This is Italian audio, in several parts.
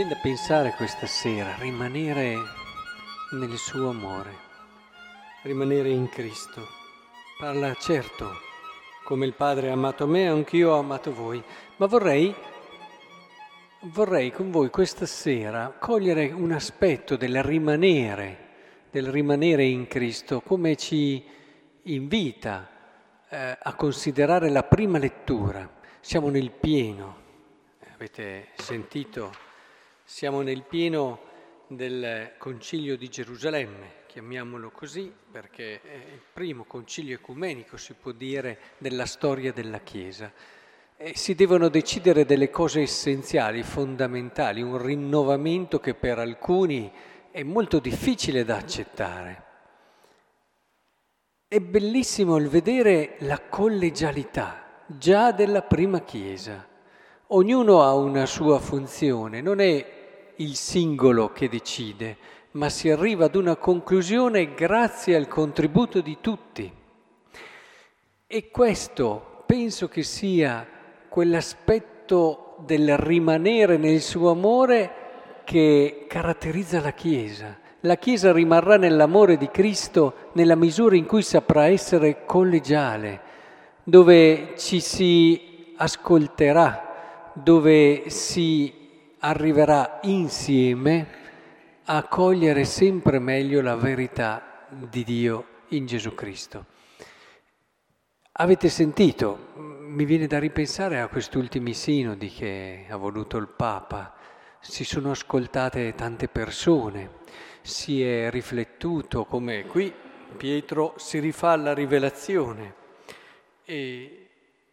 viene da pensare questa sera, rimanere nel suo amore, rimanere in Cristo. Parla, certo, come il Padre ha amato me, anch'io ho amato voi, ma vorrei con voi questa sera cogliere un aspetto del rimanere in Cristo, come ci invita a considerare la prima lettura. Siamo nel pieno, avete sentito, siamo nel pieno del Concilio di Gerusalemme, chiamiamolo così, perché è il primo concilio ecumenico, si può dire, della storia della Chiesa. E si devono decidere delle cose essenziali, fondamentali, un rinnovamento che per alcuni è molto difficile da accettare. È bellissimo il vedere la collegialità già della prima Chiesa. Ognuno ha una sua funzione, non è il singolo che decide, ma si arriva ad una conclusione grazie al contributo di tutti. E questo penso che sia quell'aspetto del rimanere nel suo amore che caratterizza la Chiesa. La Chiesa rimarrà nell'amore di Cristo nella misura in cui saprà essere collegiale, dove ci si ascolterà, dove si arriverà insieme a cogliere sempre meglio la verità di Dio in Gesù Cristo. Avete sentito, mi viene da ripensare a questi ultimi sinodi che ha voluto il Papa. Si sono ascoltate tante persone, si è riflettuto, come qui Pietro si rifà alla rivelazione e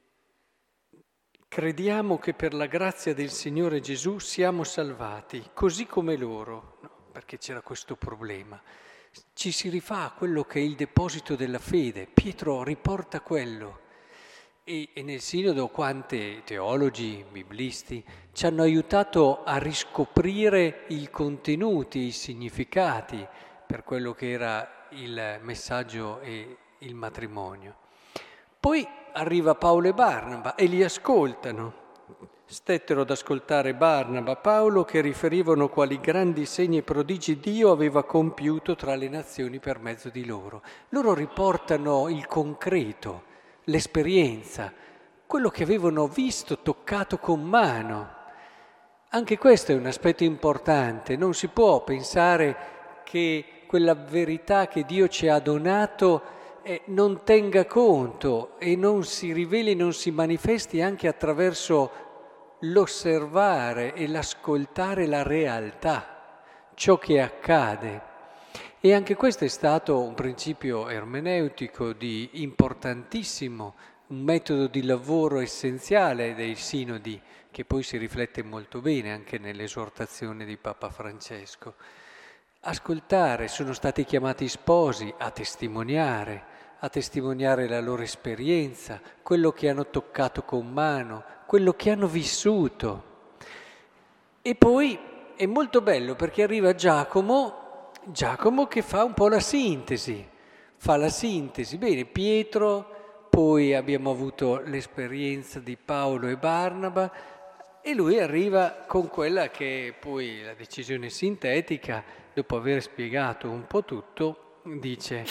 crediamo che per la grazia del Signore Gesù siamo salvati, così come loro, no? Perché c'era questo problema. Ci si rifà a quello che è il deposito della fede. Pietro riporta quello. E nel Sinodo quanti teologi, biblisti ci hanno aiutato a riscoprire i contenuti, i significati per quello che era il messaggio e il matrimonio. Poi arriva Paolo e Barnaba e li ascoltano. Stettero ad ascoltare Barnaba, Paolo, che riferivano quali grandi segni e prodigi Dio aveva compiuto tra le nazioni per mezzo di loro. Loro riportano il concreto, l'esperienza, quello che avevano visto, toccato con mano. Anche questo è un aspetto importante. Non si può pensare che quella verità che Dio ci ha donato non tenga conto e non si riveli, non si manifesti anche attraverso l'osservare e l'ascoltare la realtà, ciò che accade. E anche questo è stato un principio ermeneutico importantissimo, un metodo di lavoro essenziale dei sinodi, che poi si riflette molto bene anche nell'esortazione di Papa Francesco. Ascoltare, sono stati chiamati sposi a testimoniare la loro esperienza, quello che hanno toccato con mano, quello che hanno vissuto. E poi è molto bello perché arriva Giacomo che fa un po' la sintesi. Bene, Pietro, poi abbiamo avuto l'esperienza di Paolo e Barnaba e lui arriva con quella che è poi la decisione sintetica, dopo aver spiegato un po' tutto, dice: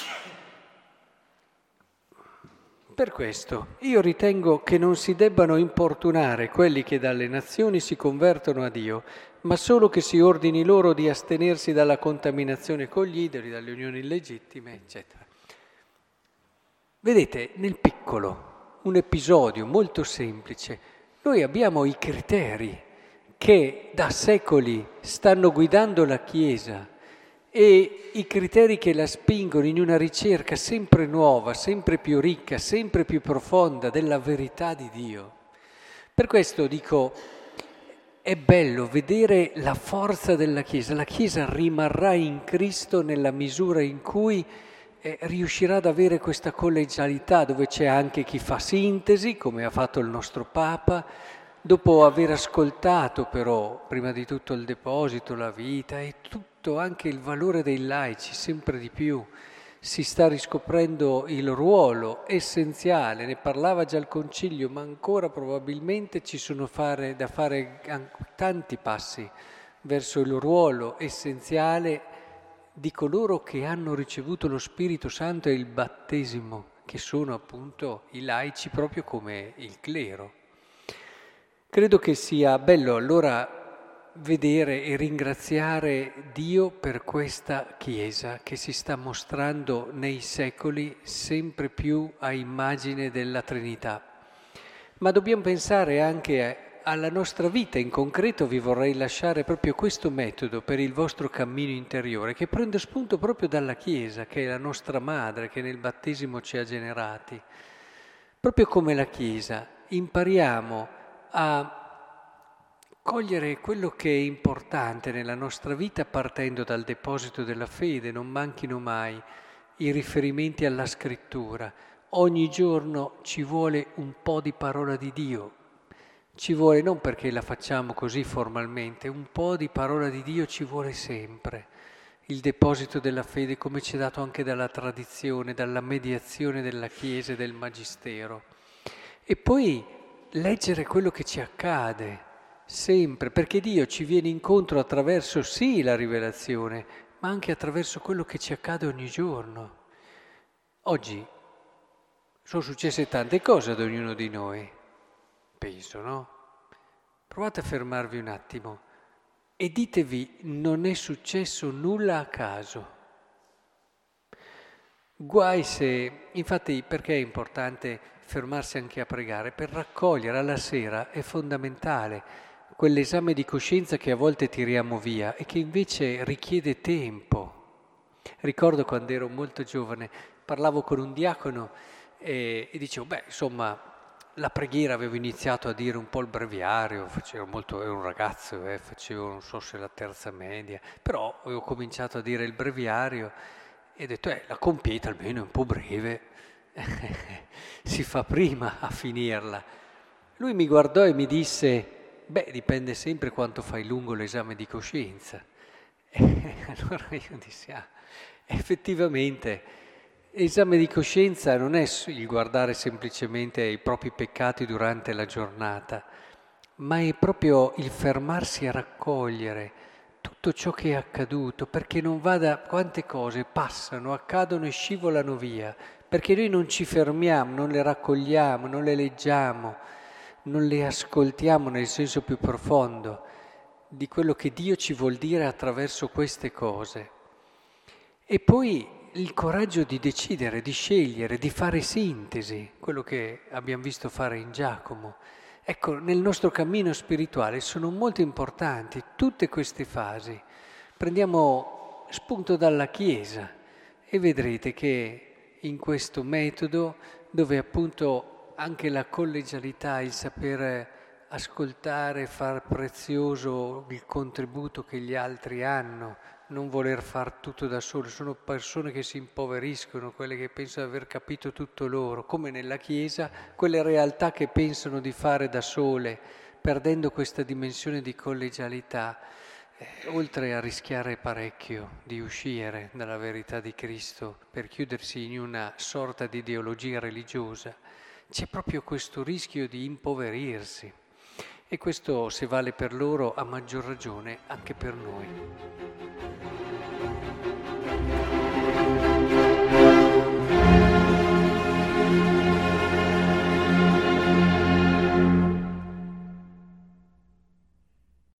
per questo io ritengo che non si debbano importunare quelli che dalle nazioni si convertono a Dio, ma solo che si ordini loro di astenersi dalla contaminazione con gli idoli, dalle unioni illegittime, eccetera. Vedete, nel piccolo, un episodio molto semplice, noi abbiamo i criteri che da secoli stanno guidando la Chiesa e i criteri che la spingono in una ricerca sempre nuova, sempre più ricca, sempre più profonda della verità di Dio. Per questo dico, è bello vedere la forza della Chiesa. La Chiesa rimarrà in Cristo nella misura in cui riuscirà ad avere questa collegialità, dove c'è anche chi fa sintesi, come ha fatto il nostro Papa, dopo aver ascoltato però prima di tutto il deposito, la vita e tutto anche il valore dei laici, sempre di più si sta riscoprendo il ruolo essenziale, ne parlava già il Concilio, ma ancora probabilmente ci sono da fare tanti passi verso il ruolo essenziale di coloro che hanno ricevuto lo Spirito Santo e il battesimo, che sono appunto i laici proprio come il clero. Credo che sia bello allora vedere e ringraziare Dio per questa Chiesa che si sta mostrando nei secoli sempre più a immagine della Trinità. Ma dobbiamo pensare anche alla nostra vita. In concreto vi vorrei lasciare proprio questo metodo per il vostro cammino interiore, che prende spunto proprio dalla Chiesa, che è la nostra madre, che nel battesimo ci ha generati. Proprio come la Chiesa, impariamo a cogliere quello che è importante nella nostra vita partendo dal deposito della fede, non manchino mai i riferimenti alla scrittura. Ogni giorno ci vuole un po' di parola di Dio, ci vuole non perché la facciamo così formalmente, un po' di parola di Dio ci vuole sempre. Il deposito della fede come ci è dato anche dalla tradizione, dalla mediazione della Chiesa e del Magistero. E poi leggere quello che ci accade. Sempre, perché Dio ci viene incontro attraverso sì la rivelazione, ma anche attraverso quello che ci accade ogni giorno. Oggi sono successe tante cose ad ognuno di noi, penso, no? Provate a fermarvi un attimo e ditevi: non è successo nulla a caso. Guai se, infatti, perché è importante fermarsi anche a pregare? Per raccogliere alla sera è fondamentale quell'esame di coscienza che a volte tiriamo via e che invece richiede tempo. Ricordo quando ero molto giovane, parlavo con un diacono e dicevo, insomma, la preghiera avevo iniziato a dire un po' il breviario, ero un ragazzo, facevo non so se la terza media, però avevo cominciato a dire il breviario e ho detto, la compieta almeno è un po' breve, si fa prima a finirla. Lui mi guardò e mi disse: dipende sempre quanto fai lungo l'esame di coscienza. E allora io dissi, effettivamente, l'esame di coscienza non è il guardare semplicemente i propri peccati durante la giornata, ma è proprio il fermarsi a raccogliere tutto ciò che è accaduto, perché non vada, quante cose passano, accadono e scivolano via, perché noi non ci fermiamo, non le raccogliamo, non le leggiamo, non le ascoltiamo nel senso più profondo di quello che Dio ci vuol dire attraverso queste cose. E poi il coraggio di decidere, di scegliere, di fare sintesi, quello che abbiamo visto fare in Giacomo. Ecco, nel nostro cammino spirituale sono molto importanti tutte queste fasi. Prendiamo spunto dalla Chiesa e vedrete che in questo metodo, dove appunto anche la collegialità, il sapere ascoltare, far prezioso il contributo che gli altri hanno, non voler far tutto da solo, sono persone che si impoveriscono, quelle che pensano di aver capito tutto loro, come nella Chiesa, quelle realtà che pensano di fare da sole, perdendo questa dimensione di collegialità, oltre a rischiare parecchio di uscire dalla verità di Cristo per chiudersi in una sorta di ideologia religiosa, c'è proprio questo rischio di impoverirsi. E questo, se vale per loro, a maggior ragione anche per noi.